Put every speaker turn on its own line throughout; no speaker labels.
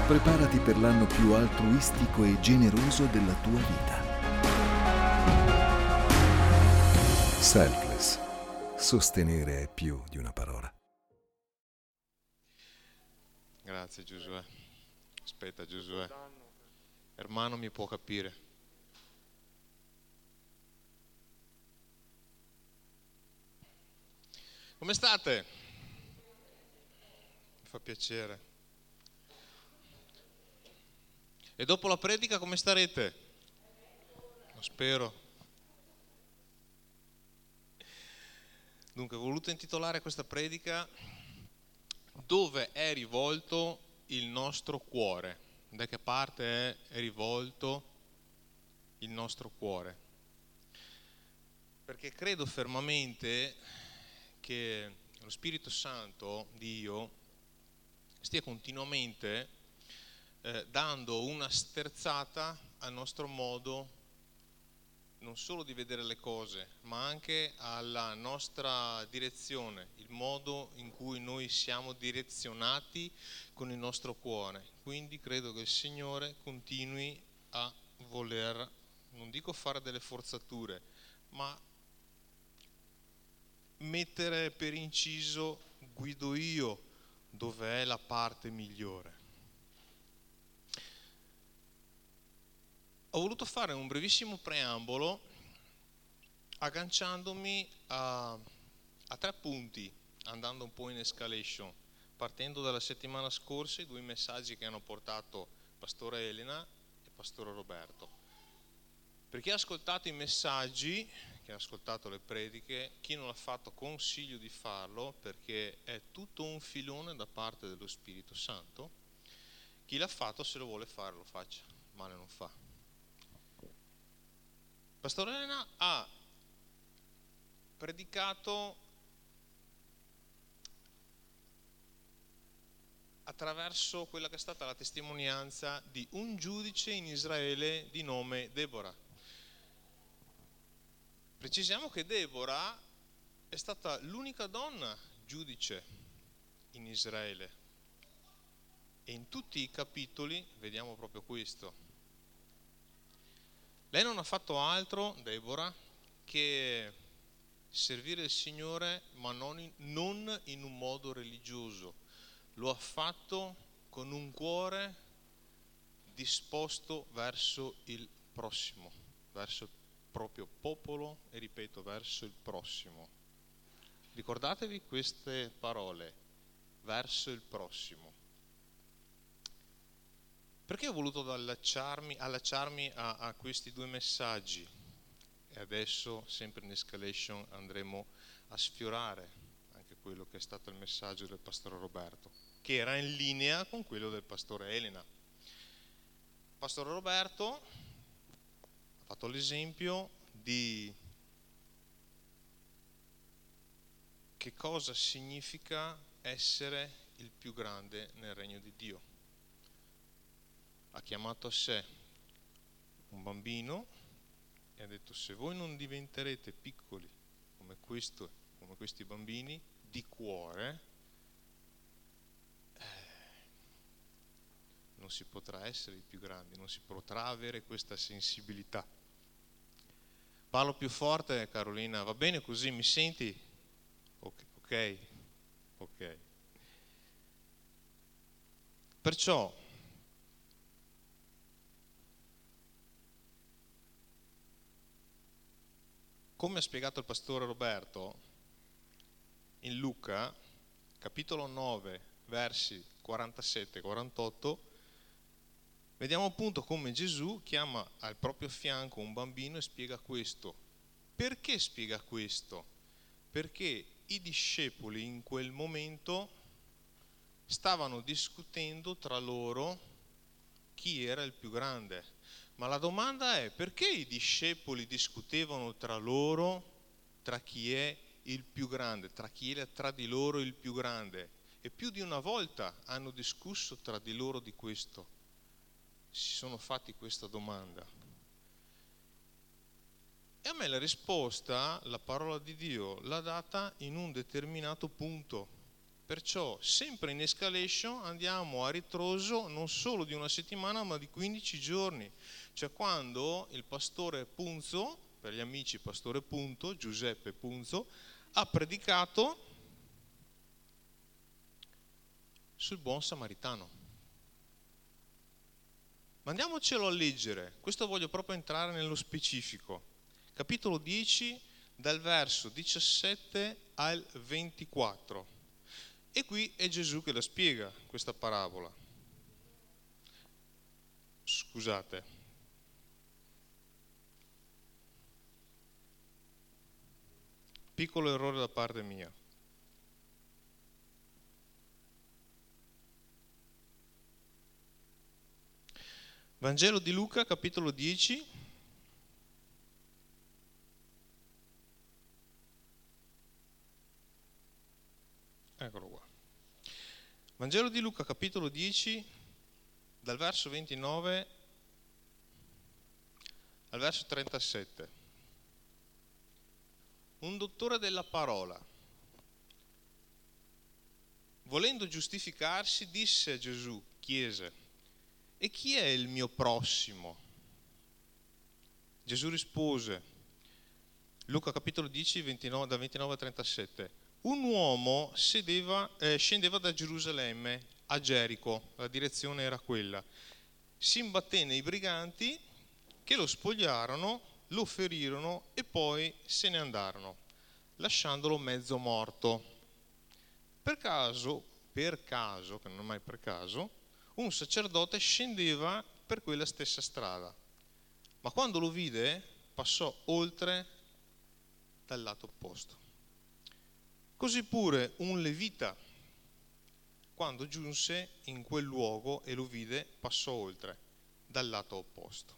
Preparati per l'anno più altruistico e generoso della tua vita. Selfless. Sostenere è più di una parola.
Grazie Giosuè. Aspetta Giosuè. Ermano mi può capire. Come state? Mi fa piacere. E dopo la predica come starete? Lo spero. Dunque, ho voluto intitolare questa predica Dove è rivolto il nostro cuore? Da che parte è rivolto il nostro cuore? Perché credo fermamente che lo Spirito Santo, Dio, stia continuamente dando una sterzata al nostro modo non solo di vedere le cose, ma anche alla nostra direzione, il modo in cui noi siamo direzionati con il nostro cuore. Quindi credo che il Signore continui a voler, non dico fare delle forzature, ma mettere per inciso: guido io dove è la parte migliore. Ho voluto fare un brevissimo preambolo agganciandomi a 3 punti, andando un po' in escalation, partendo dalla settimana scorsa, i 2 messaggi che hanno portato Pastore Elena e Pastore Roberto. Per chi ha ascoltato i messaggi, chi ha ascoltato le prediche, chi non l'ha fatto consiglio di farlo, perché è tutto un filone da parte dello Spirito Santo. Chi l'ha fatto, se lo vuole fare, lo faccia, male non fa. Pastore Elena ha predicato attraverso quella che è stata la testimonianza di un giudice in Israele di nome Debora. Precisiamo che Debora è stata l'unica donna giudice in Israele e in tutti i capitoli vediamo proprio questo. Lei non ha fatto altro, Debora, che servire il Signore, ma non in un modo religioso. Lo ha fatto con un cuore disposto verso il prossimo, verso il proprio popolo e, ripeto, verso il prossimo. Ricordatevi queste parole, verso il prossimo. Perché ho voluto allacciarmi a questi 2 messaggi? E adesso, sempre in escalation, andremo a sfiorare anche quello che è stato il messaggio del Pastore Roberto, che era in linea con quello del Pastore Elena. Il Pastore Roberto ha fatto l'esempio di che cosa significa essere il più grande nel regno di Dio. Ha chiamato a sé un bambino e ha detto: se voi non diventerete piccoli come questi bambini di cuore, non si potrà essere i più grandi, non si potrà avere questa sensibilità. Parlo più forte, Carolina, va bene così, mi senti? Ok. Perciò come ha spiegato il Pastore Roberto, in Luca, capitolo 9, versi 47-48, vediamo appunto come Gesù chiama al proprio fianco un bambino e spiega questo. Perché spiega questo? Perché i discepoli in quel momento stavano discutendo tra loro chi era il più grande. Ma la domanda è: perché i discepoli discutevano tra loro tra chi è il più grande, tra chi è tra di loro il più grande? E più di una volta hanno discusso tra di loro di questo, si sono fatti questa domanda. E a me la risposta, la parola di Dio, l'ha data in un determinato punto. Perciò, sempre in escalation, andiamo a ritroso non solo di una settimana, ma di 15 giorni. Cioè quando il pastore Punzo, per gli amici pastore Punto, Giuseppe Punzo, ha predicato sul buon samaritano. Ma andiamocelo a leggere, questo voglio proprio entrare nello specifico. Capitolo 10, dal verso 17 al 24. E qui è Gesù che la spiega, questa parabola. Scusate. Piccolo errore da parte mia. Vangelo di Luca, capitolo 10. Eccolo qua. Vangelo di Luca, capitolo 10, dal verso 29 al verso 37. Un dottore della parola, volendo giustificarsi, disse a Gesù, chiese: e chi è il mio prossimo? Gesù rispose, Luca capitolo 10, 29, da 29 a 37. Un uomo scendeva da Gerusalemme a Gerico, la direzione era quella. Si imbatté nei briganti che lo spogliarono, lo ferirono e poi se ne andarono, lasciandolo mezzo morto. Per caso, che non è mai per caso, un sacerdote scendeva per quella stessa strada, ma quando lo vide passò oltre dal lato opposto. Così pure un levita, quando giunse in quel luogo e lo vide, passò oltre dal lato opposto.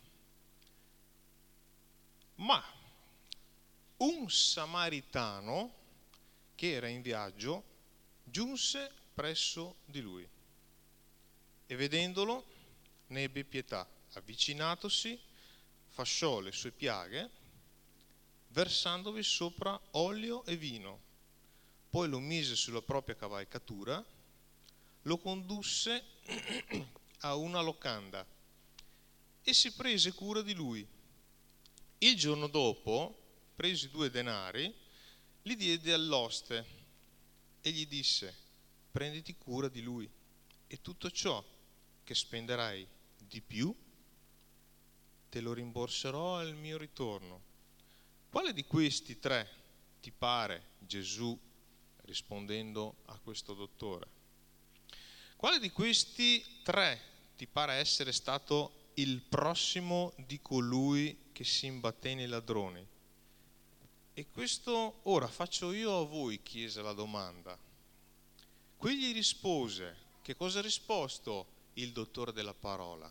Ma un samaritano che era in viaggio giunse presso di lui e vedendolo ne ebbe pietà, avvicinatosi, fasciò le sue piaghe, versandovi sopra olio e vino. Poi lo mise sulla propria cavalcatura, lo condusse a una locanda e si prese cura di lui. Il giorno dopo, presi 2 denari, li diede all'oste e gli disse: prenditi cura di lui e tutto ciò che spenderai di più te lo rimborserò al mio ritorno. Quale di questi 3 ti pare, Gesù rispondendo a questo dottore, quale di questi 3 ti pare essere stato il prossimo di colui che si imbatté nei ladroni? E questo ora faccio io a voi, chiese la domanda. Quegli rispose, che cosa ha risposto il dottore della parola?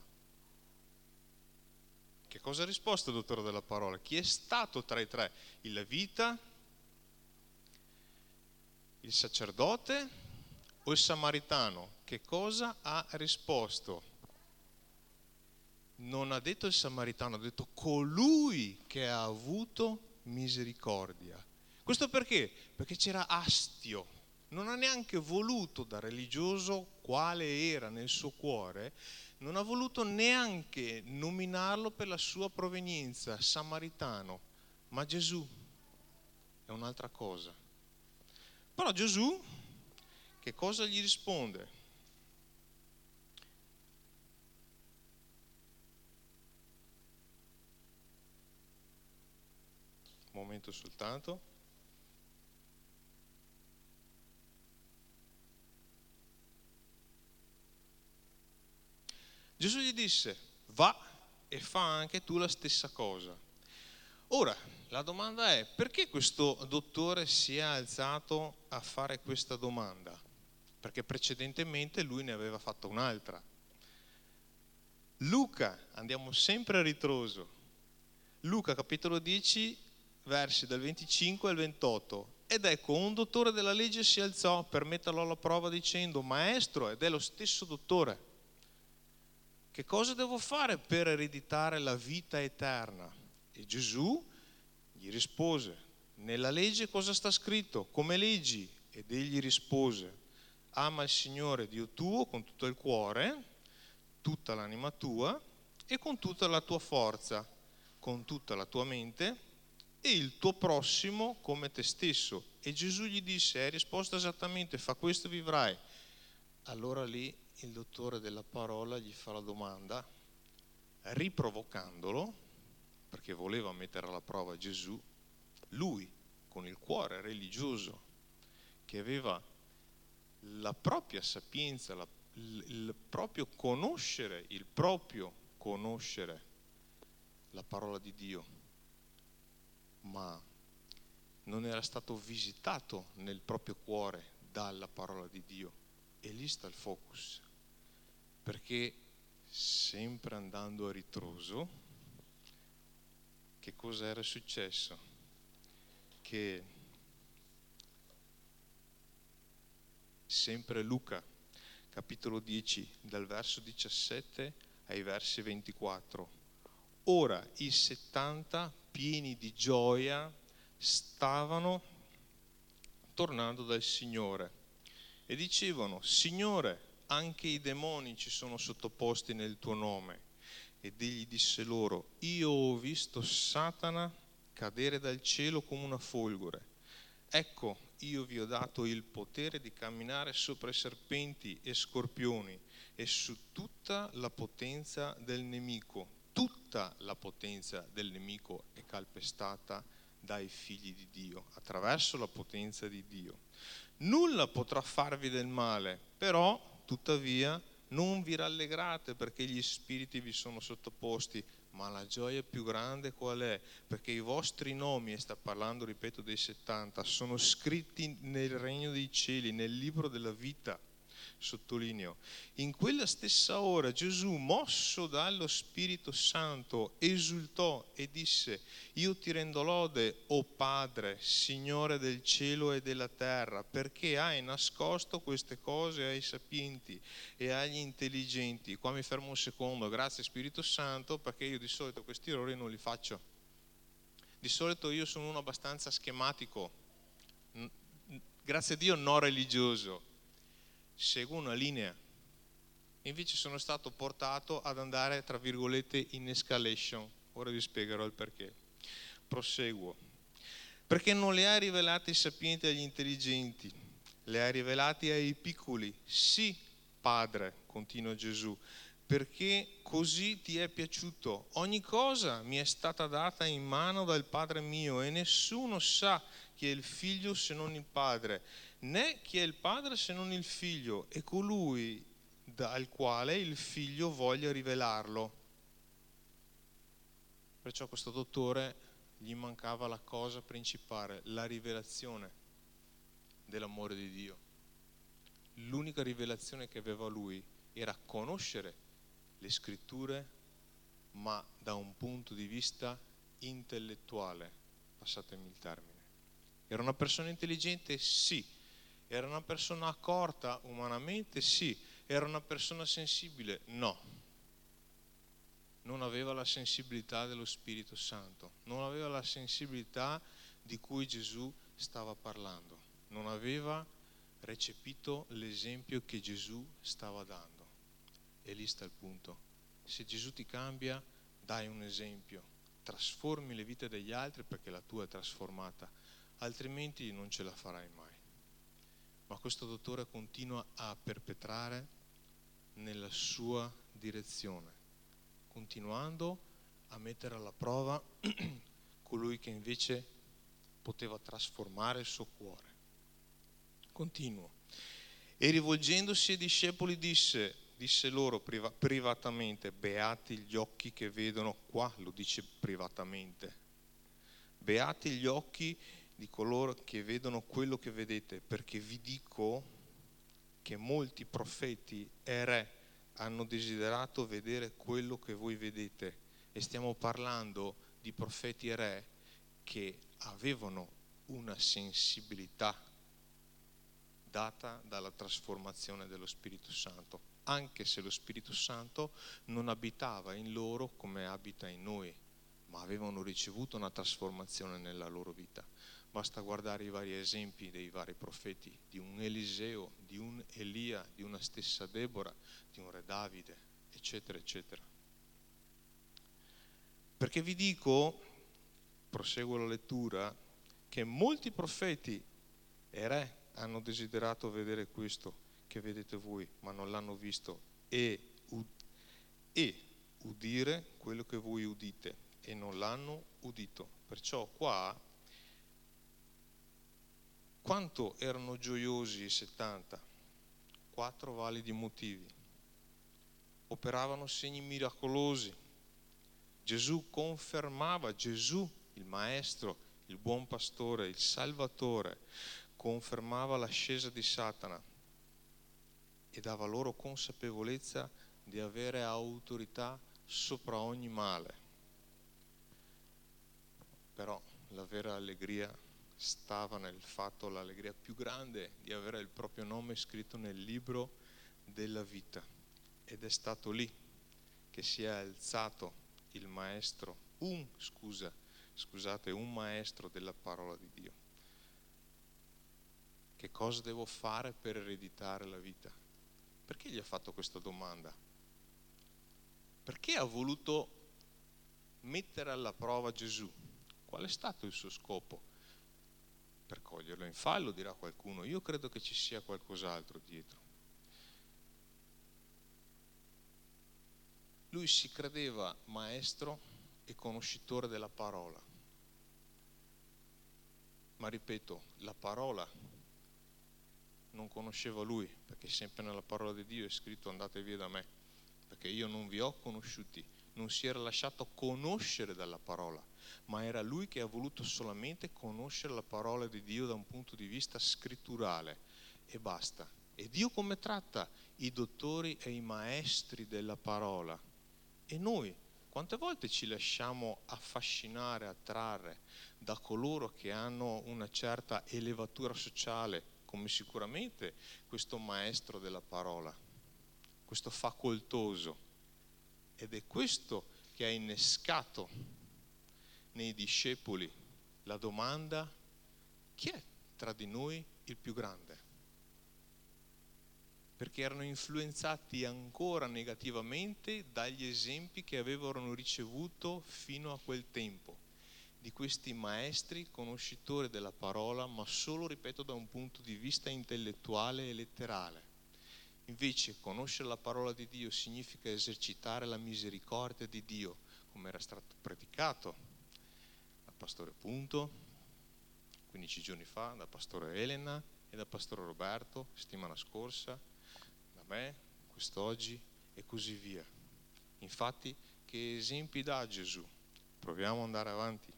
Che cosa ha risposto il dottore della parola? Chi è stato tra i 3? Il levita? Il sacerdote o il samaritano? Che cosa ha risposto? Non ha detto il samaritano, ha detto colui che ha avuto misericordia. Questo perché? Perché c'era astio. Non ha neanche voluto, da religioso quale era nel suo cuore, non ha voluto neanche nominarlo per la sua provenienza, samaritano. Ma Gesù è un'altra cosa. Però Gesù, che cosa gli risponde? Un momento soltanto. Gesù gli disse: va e fa anche tu la stessa cosa. Ora, la domanda è: perché questo dottore si è alzato a fare questa domanda? Perché precedentemente lui ne aveva fatto un'altra. Luca, andiamo sempre a ritroso, Luca capitolo 10, versi dal 25 al 28. Ed ecco, un dottore della legge si alzò per metterlo alla prova dicendo: maestro, ed è lo stesso dottore, che cosa devo fare per ereditare la vita eterna? E Gesù gli rispose: nella legge cosa sta scritto? Come leggi? Ed egli rispose: Ama il Signore Dio tuo con tutto il cuore, tutta l'anima tua e con tutta la tua forza, con tutta la tua mente e il tuo prossimo come te stesso. E Gesù gli disse: hai risposto esattamente, fa questo e vivrai. Allora lì il dottore della parola gli fa la domanda, riprovocandolo, perché voleva mettere alla prova Gesù, lui con il cuore religioso, che aveva la propria sapienza, il proprio conoscere la parola di Dio, ma non era stato visitato nel proprio cuore dalla parola di Dio. E lì sta il focus, perché sempre andando a ritroso, che cosa era successo? Che sempre Luca, capitolo 10, dal verso 17 ai versi 24. Ora i 70, pieni di gioia, stavano tornando dal Signore e dicevano: Signore, anche i demoni ci sono sottoposti nel tuo nome. Ed egli disse loro: io ho visto Satana cadere dal cielo come una folgore. Ecco, io vi ho dato il potere di camminare sopra i serpenti e scorpioni e su tutta la potenza del nemico. Tutta la potenza del nemico è calpestata dai figli di Dio, attraverso la potenza di Dio. Nulla potrà farvi del male, però, tuttavia, non vi rallegrate perché gli spiriti vi sono sottoposti, ma la gioia più grande qual è? Perché i vostri nomi, e sta parlando, ripeto, dei 70, sono scritti nel regno dei cieli, nel libro della vita. Sottolineo, in quella stessa ora Gesù, mosso dallo Spirito Santo, esultò e disse: io ti rendo lode, o Padre, Signore del cielo e della terra, perché hai nascosto queste cose ai sapienti e agli intelligenti. Qua mi fermo un secondo, grazie Spirito Santo, perché io di solito questi errori non li faccio. Di solito io sono uno abbastanza schematico, grazie a Dio non religioso, seguo una linea. Invece sono stato portato ad andare, tra virgolette, in escalation. Ora vi spiegherò il perché. Proseguo. Perché non le hai rivelate ai sapienti e agli intelligenti, le hai rivelate ai piccoli. Sì, Padre, continua Gesù, perché così ti è piaciuto. Ogni cosa mi è stata data in mano dal Padre mio e nessuno sa chi è il figlio se non il Padre, né chi è il Padre se non il figlio e colui dal quale il figlio voglia rivelarlo. Perciò questo dottore gli mancava la cosa principale, la rivelazione dell'amore di Dio. L'unica rivelazione che aveva lui era conoscere le scritture, ma da un punto di vista intellettuale, passatemi il termine. Era una persona intelligente? Sì. Era una persona accorta umanamente? Sì. Era una persona sensibile? No. Non aveva la sensibilità dello Spirito Santo, non aveva la sensibilità di cui Gesù stava parlando, non aveva recepito l'esempio che Gesù stava dando. E lì sta il punto. Se Gesù ti cambia, dai un esempio, trasformi le vite degli altri perché la tua è trasformata, altrimenti non ce la farai mai. Ma questo dottore continua a perpetrare nella sua direzione, continuando a mettere alla prova colui che invece poteva trasformare il suo cuore. Continuo. E rivolgendosi ai discepoli disse loro privatamente: beati gli occhi che vedono, qua lo dice privatamente, beati gli occhi di coloro che vedono quello che vedete, perché vi dico che molti profeti e re hanno desiderato vedere quello che voi vedete. E stiamo parlando di profeti e re che avevano una sensibilità data dalla trasformazione dello Spirito Santo, anche se lo Spirito Santo non abitava in loro come abita in noi, ma avevano ricevuto una trasformazione nella loro vita. Basta guardare i vari esempi dei vari profeti, di un Eliseo, di un Elia, di una stessa Deborah, di un re Davide, eccetera, eccetera. Perché vi dico, proseguo la lettura, che molti profeti e re hanno desiderato vedere questo che vedete voi, ma non l'hanno visto, e udire quello che voi udite, e non l'hanno udito. Perciò qua, quanto erano gioiosi i 70? 4 validi motivi. Operavano segni miracolosi. Gesù confermava, Gesù, il Maestro, il buon pastore, il Salvatore, confermava l'ascesa di Satana e dava loro consapevolezza di avere autorità sopra ogni male. Però la vera allegria stava nel fatto, l'allegria più grande, di avere il proprio nome scritto nel libro della vita. Ed è stato lì che si è alzato il maestro, un maestro della parola di Dio. Che cosa devo fare per ereditare la vita? Perché gli ha fatto questa domanda? Perché ha voluto mettere alla prova Gesù? Qual è stato il suo scopo? Per coglierlo in fallo, dirà qualcuno. Io credo che ci sia qualcos'altro dietro. Lui si credeva maestro e conoscitore della parola. Ma ripeto, la parola non conosceva lui, perché sempre nella parola di Dio è scritto: andate via da me, perché io non vi ho conosciuti. Non si era lasciato conoscere dalla parola, ma era lui che ha voluto solamente conoscere la parola di Dio da un punto di vista scritturale, e basta. E Dio come tratta i dottori e i maestri della parola? E noi quante volte ci lasciamo affascinare, attrarre da coloro che hanno una certa elevatura sociale, come sicuramente questo maestro della parola, questo facoltoso? Ed è questo che ha innescato nei discepoli la domanda: chi è tra di noi il più grande? Perché erano influenzati ancora negativamente dagli esempi che avevano ricevuto fino a quel tempo, di questi maestri conoscitori della parola, ma solo, ripeto, da un punto di vista intellettuale e letterale. Invece conoscere la parola di Dio significa esercitare la misericordia di Dio, come era stato predicato dal pastore Punto 15 giorni fa, dal pastore Elena e dal pastore Roberto settimana scorsa, da me quest'oggi e così via. Infatti, che esempi dà Gesù? Proviamo ad andare avanti.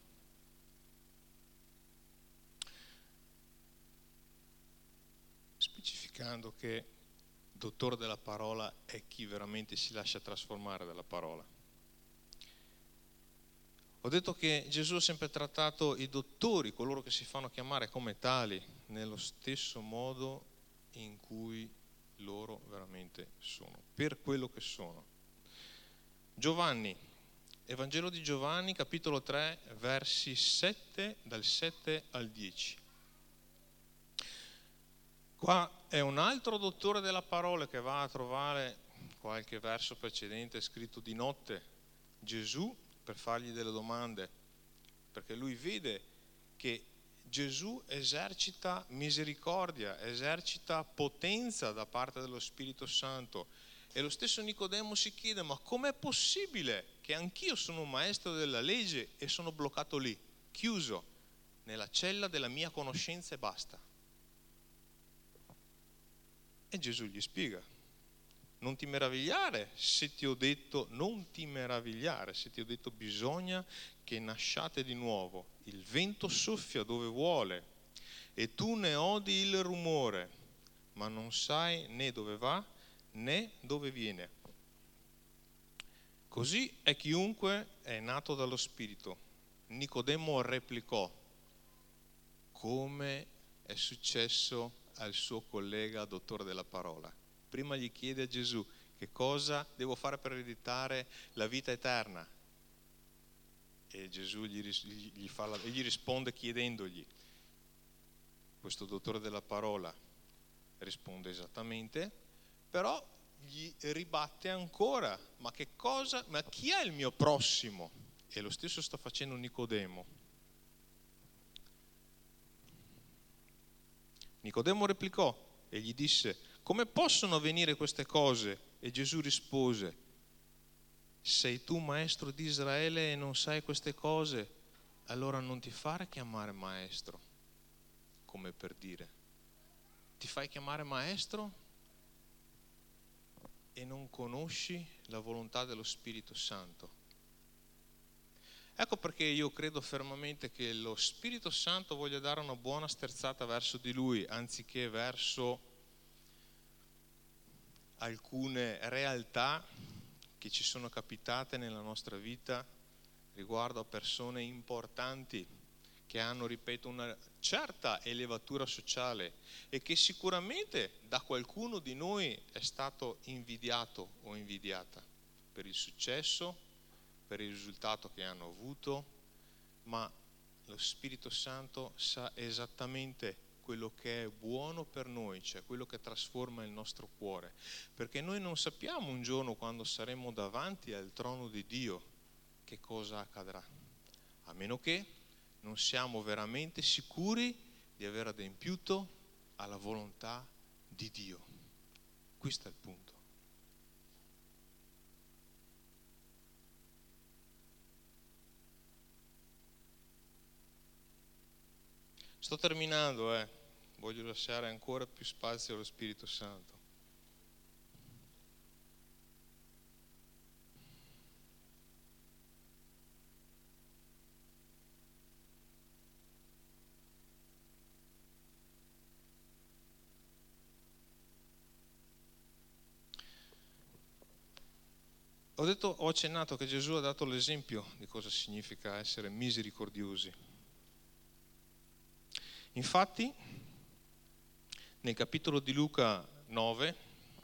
Specificando che dottore della parola è chi veramente si lascia trasformare dalla parola. Ho detto che Gesù ha sempre trattato i dottori, coloro che si fanno chiamare come tali, nello stesso modo in cui loro veramente sono, per quello che sono. Giovanni, Evangelo di Giovanni, capitolo 3, versi 7, dal 7 al 10. Qua è un altro dottore della parola che va a trovare qualche verso precedente scritto di notte Gesù per fargli delle domande, perché lui vede che Gesù esercita misericordia, esercita potenza da parte dello Spirito Santo. E lo stesso Nicodemo si chiede: ma com'è possibile che anch'io sono un maestro della legge e sono bloccato lì, chiuso nella cella della mia conoscenza e basta? E Gesù gli spiega: non ti meravigliare se ti ho detto, bisogna che nasciate di nuovo. Il vento soffia dove vuole e tu ne odi il rumore, ma non sai né dove va né dove viene. Così è chiunque è nato dallo Spirito. Nicodemo replicò, come è successo al suo collega dottore della parola. Prima gli chiede a Gesù: che cosa devo fare per ereditare la vita eterna? E Gesù gli risponde chiedendogli: questo dottore della parola risponde esattamente, però gli ribatte ancora, ma chi è il mio prossimo? E lo stesso sta facendo Nicodemo. Nicodemo replicò e gli disse: come possono avvenire queste cose? E Gesù rispose: sei tu maestro di Israele e non sai queste cose? Allora non ti fare chiamare maestro, come per dire. Ti fai chiamare maestro e non conosci la volontà dello Spirito Santo. Ecco perché io credo fermamente che lo Spirito Santo voglia dare una buona sterzata verso di lui, anziché verso alcune realtà che ci sono capitate nella nostra vita riguardo a persone importanti che hanno, ripeto, una certa elevatura sociale e che sicuramente da qualcuno di noi è stato invidiato o invidiata per il successo, per il risultato che hanno avuto, ma lo Spirito Santo sa esattamente quello che è buono per noi, cioè quello che trasforma il nostro cuore, perché noi non sappiamo un giorno, quando saremo davanti al trono di Dio, che cosa accadrà, a meno che non siamo veramente sicuri di aver adempiuto alla volontà di Dio. Questo è il punto. Sto terminando, voglio lasciare ancora più spazio allo Spirito Santo. Ho accennato che Gesù ha dato l'esempio di cosa significa essere misericordiosi. Infatti, nel capitolo di Luca 9,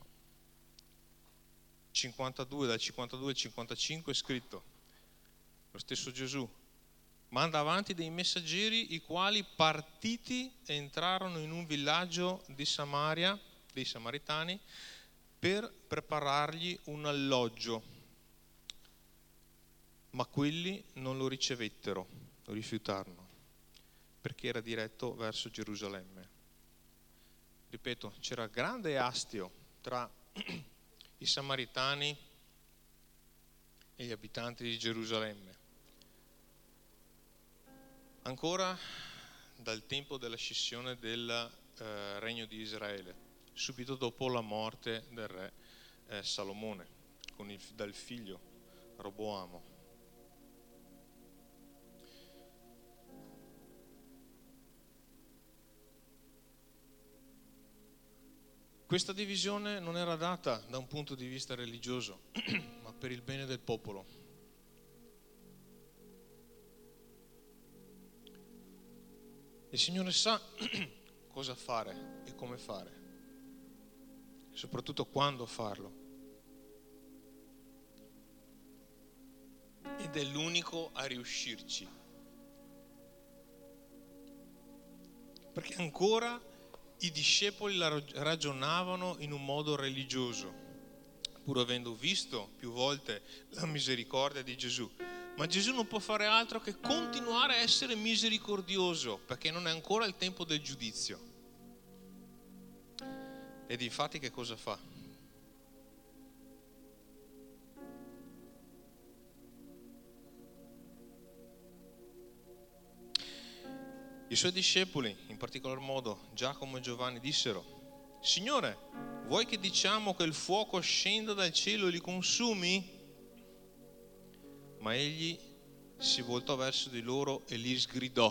52, dal 52 al 55 è scritto, lo stesso Gesù manda avanti dei messaggeri, i quali partiti entrarono in un villaggio di Samaria, dei Samaritani, per preparargli un alloggio. Ma quelli non lo ricevettero, lo rifiutarono, perché era diretto verso Gerusalemme. Ripeto, c'era grande astio tra i Samaritani e gli abitanti di Gerusalemme. Ancora dal tempo della scissione del regno di Israele, subito dopo la morte del re Salomone, dal figlio Roboamo. Questa divisione non era data da un punto di vista religioso, ma per il bene del popolo. Il Signore sa cosa fare e come fare, soprattutto quando farlo. Ed è l'unico a riuscirci. Perché ancora i discepoli ragionavano in un modo religioso, pur avendo visto più volte la misericordia di Gesù. Ma Gesù non può fare altro che continuare a essere misericordioso, perché non è ancora il tempo del giudizio. Ed infatti che cosa fa? I suoi discepoli, in particolar modo Giacomo e Giovanni, dissero: Signore, vuoi che diciamo che il fuoco scenda dal cielo e li consumi? Ma egli si voltò verso di loro e li sgridò.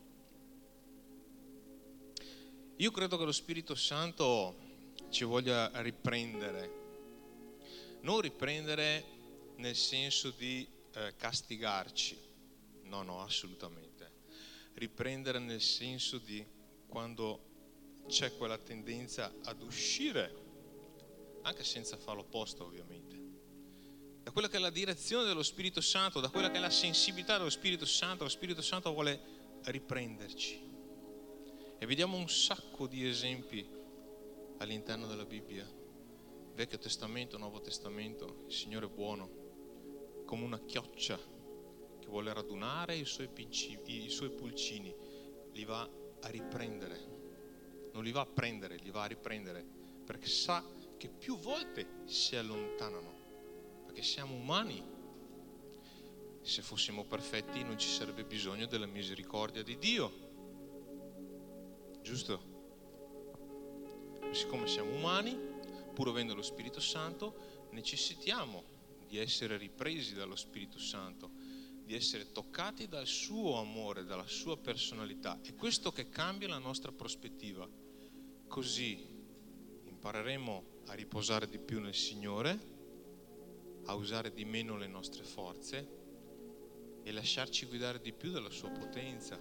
Io credo che lo Spirito Santo ci voglia riprendere, non riprendere nel senso di castigarci, no, assolutamente. Riprendere nel senso di quando c'è quella tendenza ad uscire, anche senza farlo apposta ovviamente, da quella che è la direzione dello Spirito Santo, da quella che è la sensibilità dello Spirito Santo. Lo Spirito Santo vuole riprenderci E vediamo un sacco di esempi all'interno della Bibbia, Vecchio Testamento, Nuovo Testamento. Il Signore è buono, come una chioccia che vuole radunare i suoi pulcini, li va a riprendere. Non li va a prendere, li va a riprendere, perché sa che più volte si allontanano, perché siamo umani. Se fossimo perfetti non ci sarebbe bisogno della misericordia di Dio, giusto? Siccome siamo umani, pur avendo lo Spirito Santo, necessitiamo di essere ripresi dallo Spirito Santo, di essere toccati dal suo amore, dalla sua personalità. È questo che cambia la nostra prospettiva. Così impareremo a riposare di più nel Signore, a usare di meno le nostre forze e lasciarci guidare di più dalla sua potenza.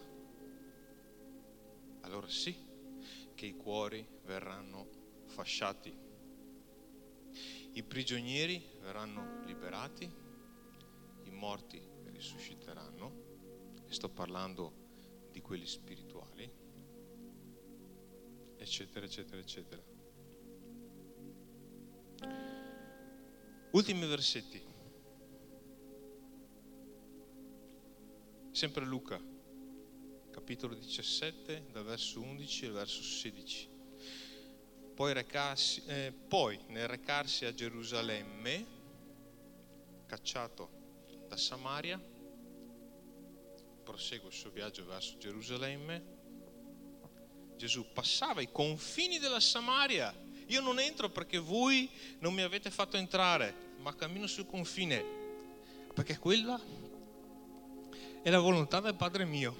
Allora sì, che i cuori verranno fasciati, i prigionieri verranno liberati, i morti risusciteranno, e sto parlando di quelli spirituali, eccetera, eccetera, eccetera. Ultimi versetti. Sempre Luca, capitolo 17, dal verso 11 al verso 16. Poi nel recarsi a Gerusalemme, cacciato da Samaria, prosegue il suo viaggio verso Gerusalemme. Gesù passava i confini della Samaria. Io non entro perché voi non mi avete fatto entrare, ma cammino sul confine, perché quella è la volontà del Padre mio.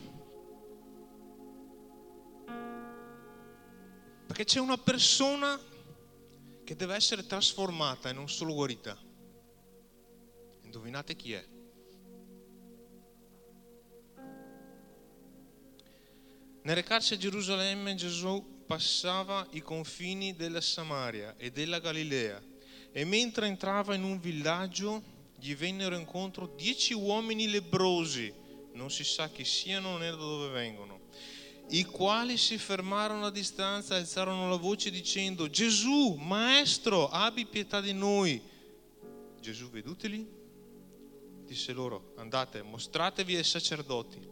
Perché c'è una persona che deve essere trasformata e non solo guarita. Indovinate chi è? Nel recarsi a Gerusalemme, Gesù passava i confini della Samaria e della Galilea, e mentre entrava in un villaggio gli vennero incontro 10 uomini lebbrosi, non si sa chi siano né da dove vengono, i quali si fermarono a distanza e alzarono la voce dicendo: Gesù, Maestro, abbi pietà di noi. Gesù, veduteli, disse loro: andate, mostratevi ai sacerdoti.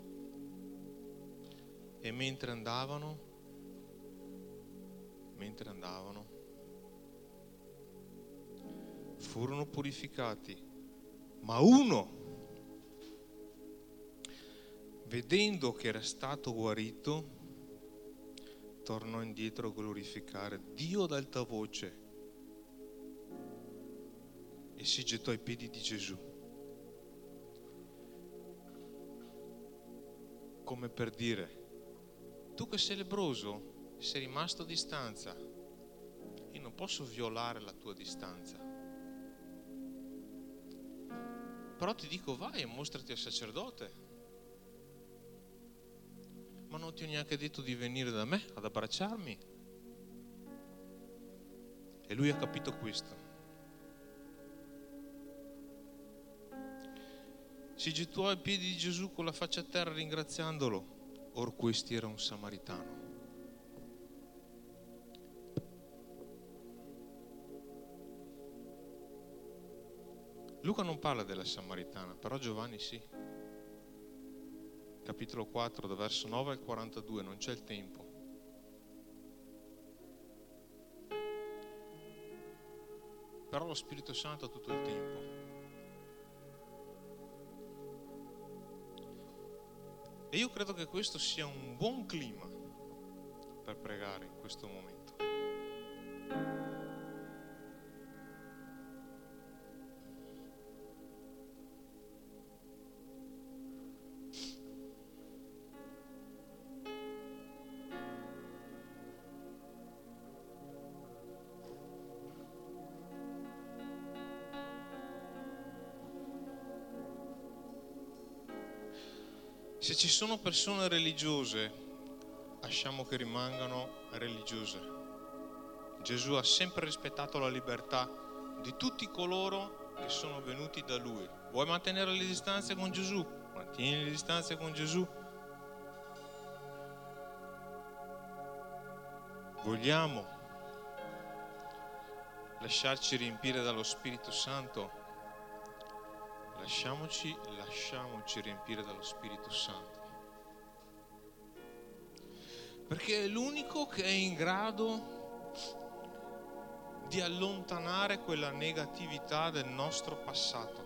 E mentre andavano, furono purificati. Ma uno, vedendo che era stato guarito, tornò indietro a glorificare Dio ad alta voce e si gettò ai piedi di Gesù, come per dire: tu che sei lebbroso, sei rimasto a distanza, io non posso violare la tua distanza, però ti dico vai e mostrati al sacerdote. Ma non ti ho neanche detto di venire da me ad abbracciarmi. E lui ha capito questo. Si gettò ai piedi di Gesù con la faccia a terra ringraziandolo. Or questi era un samaritano. Luca non parla della samaritana, però Giovanni sì. Capitolo 4, da verso 9 al 42, non c'è il tempo. Però lo Spirito Santo ha tutto il tempo. E io credo che questo sia un buon clima per pregare in questo momento. Se ci sono persone religiose, lasciamo che rimangano religiose. Gesù ha sempre rispettato la libertà di tutti coloro che sono venuti da Lui. Vuoi mantenere le distanze con Gesù? Mantieni le distanze con Gesù. vogliamo lasciarci riempire dallo Spirito Santo, lasciamoci riempire dallo Spirito Santo. Perché è l'unico che è in grado di allontanare quella negatività del nostro passato.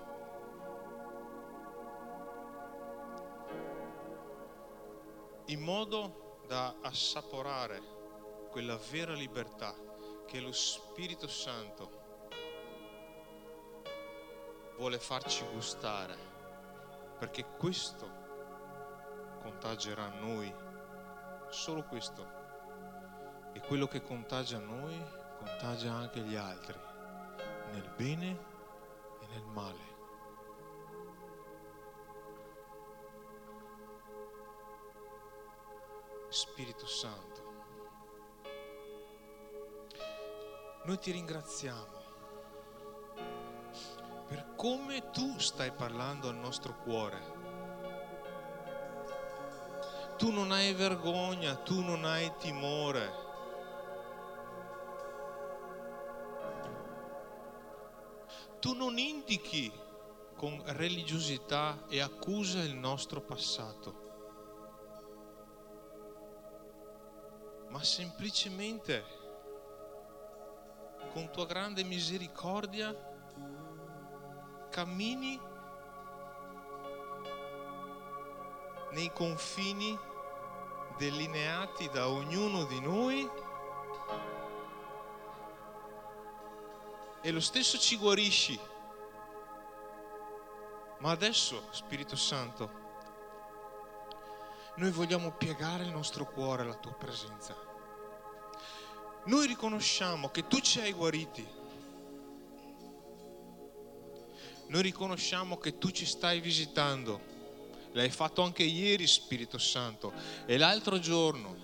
In modo da assaporare quella vera libertà che lo Spirito Santo vuole farci gustare, perché questo contagerà noi, solo questo, e quello che contagia noi contagia anche gli altri, nel bene e nel male. Spirito Santo, noi ti ringraziamo per come tu stai parlando al nostro cuore. Tu non hai vergogna, tu non hai timore. Tu non indichi con religiosità e accusa il nostro passato, ma semplicemente con tua grande misericordia cammini nei confini delineati da ognuno di noi e lo stesso ci guarisci. Ma adesso, Spirito Santo, noi vogliamo piegare il nostro cuore alla tua presenza. Noi riconosciamo che tu ci hai guariti. Noi riconosciamo che tu ci stai visitando. L'hai fatto anche ieri, Spirito Santo, e l'altro giorno.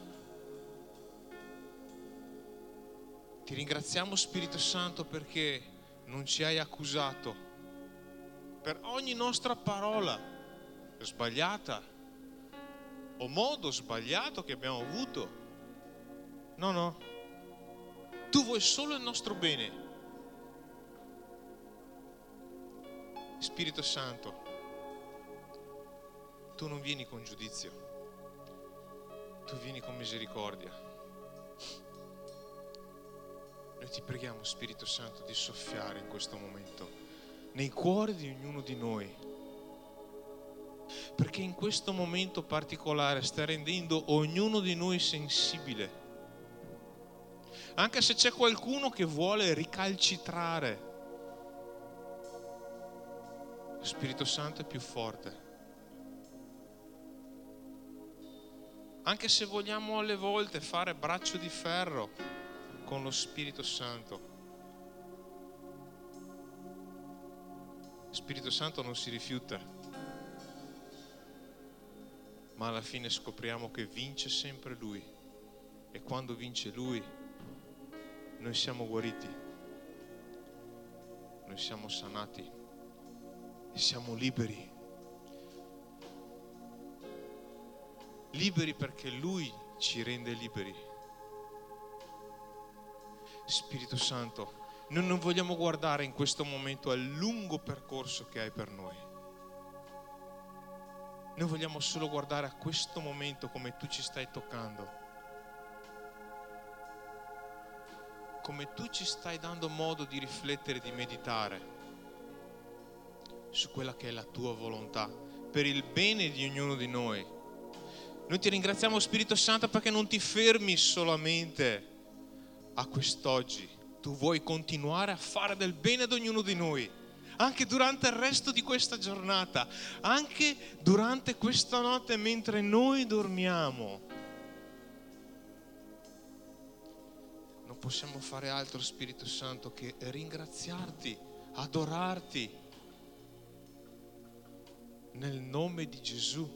Ti ringraziamo, Spirito Santo, perché non ci hai accusato per ogni nostra parola sbagliata o modo sbagliato che abbiamo avuto. No, tu vuoi solo il nostro bene. Spirito Santo, tu non vieni con giudizio, tu vieni con misericordia. Noi ti preghiamo, Spirito Santo, di soffiare in questo momento nei cuori di ognuno di noi, perché in questo momento particolare stai rendendo ognuno di noi sensibile. Anche se c'è qualcuno che vuole ricalcitrare, lo Spirito Santo è più forte. Anche se vogliamo alle volte fare braccio di ferro con lo Spirito Santo, Spirito Santo non si rifiuta, ma alla fine scopriamo che vince sempre Lui, e quando vince Lui noi siamo guariti, noi siamo sanati e siamo liberi. Liberi perché Lui ci rende liberi. Spirito Santo, noi non vogliamo guardare in questo momento al lungo percorso che hai per noi. Noi vogliamo solo guardare a questo momento come tu ci stai toccando, come tu ci stai dando modo di riflettere, di meditare su quella che è la tua volontà per il bene di ognuno di noi. Noi ti ringraziamo, Spirito Santo, perché non ti fermi solamente a quest'oggi. Tu vuoi continuare a fare del bene ad ognuno di noi, anche durante il resto di questa giornata, anche durante questa notte mentre noi dormiamo. Non possiamo fare altro, Spirito Santo, che ringraziarti, adorarti nel nome di Gesù.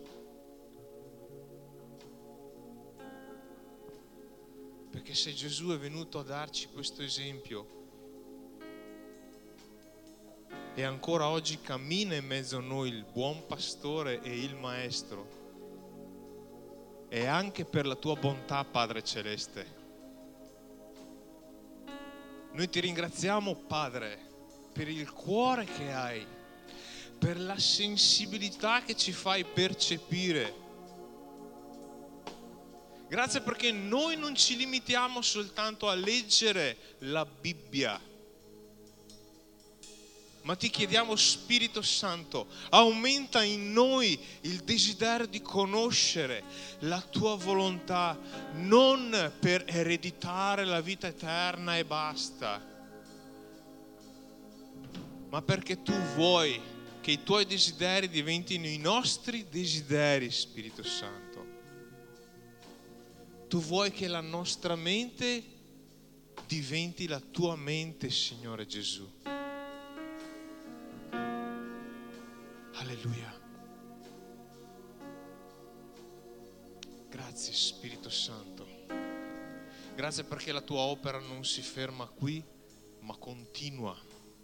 Perché se Gesù è venuto a darci questo esempio e ancora oggi cammina in mezzo a noi il buon pastore e il maestro, è anche per la tua bontà, Padre Celeste. Noi ti ringraziamo, Padre, per il cuore che hai, per la sensibilità che ci fai percepire. Grazie perché noi non ci limitiamo soltanto a leggere la Bibbia, ma ti chiediamo, Spirito Santo, aumenta in noi il desiderio di conoscere la tua volontà, non per ereditare la vita eterna e basta, ma perché tu vuoi che i tuoi desideri diventino i nostri desideri, Spirito Santo. Tu vuoi che la nostra mente diventi la tua mente, Signore Gesù. Alleluia. Grazie, Spirito Santo. Grazie perché la tua opera non si ferma qui, ma continua.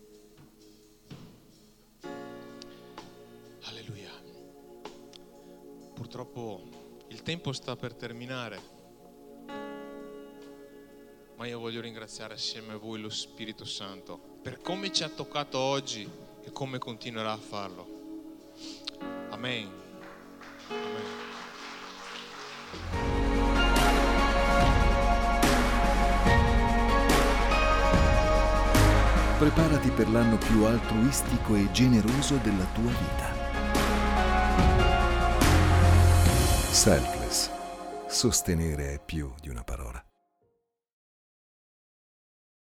Alleluia. Purtroppo il tempo sta per terminare, ma io voglio ringraziare assieme a voi lo Spirito Santo per come ci ha toccato oggi e come continuerà a farlo. Amen. Amen.
Preparati per l'anno più altruistico e generoso della tua vita. Selfless. Sostenere è più di una parola.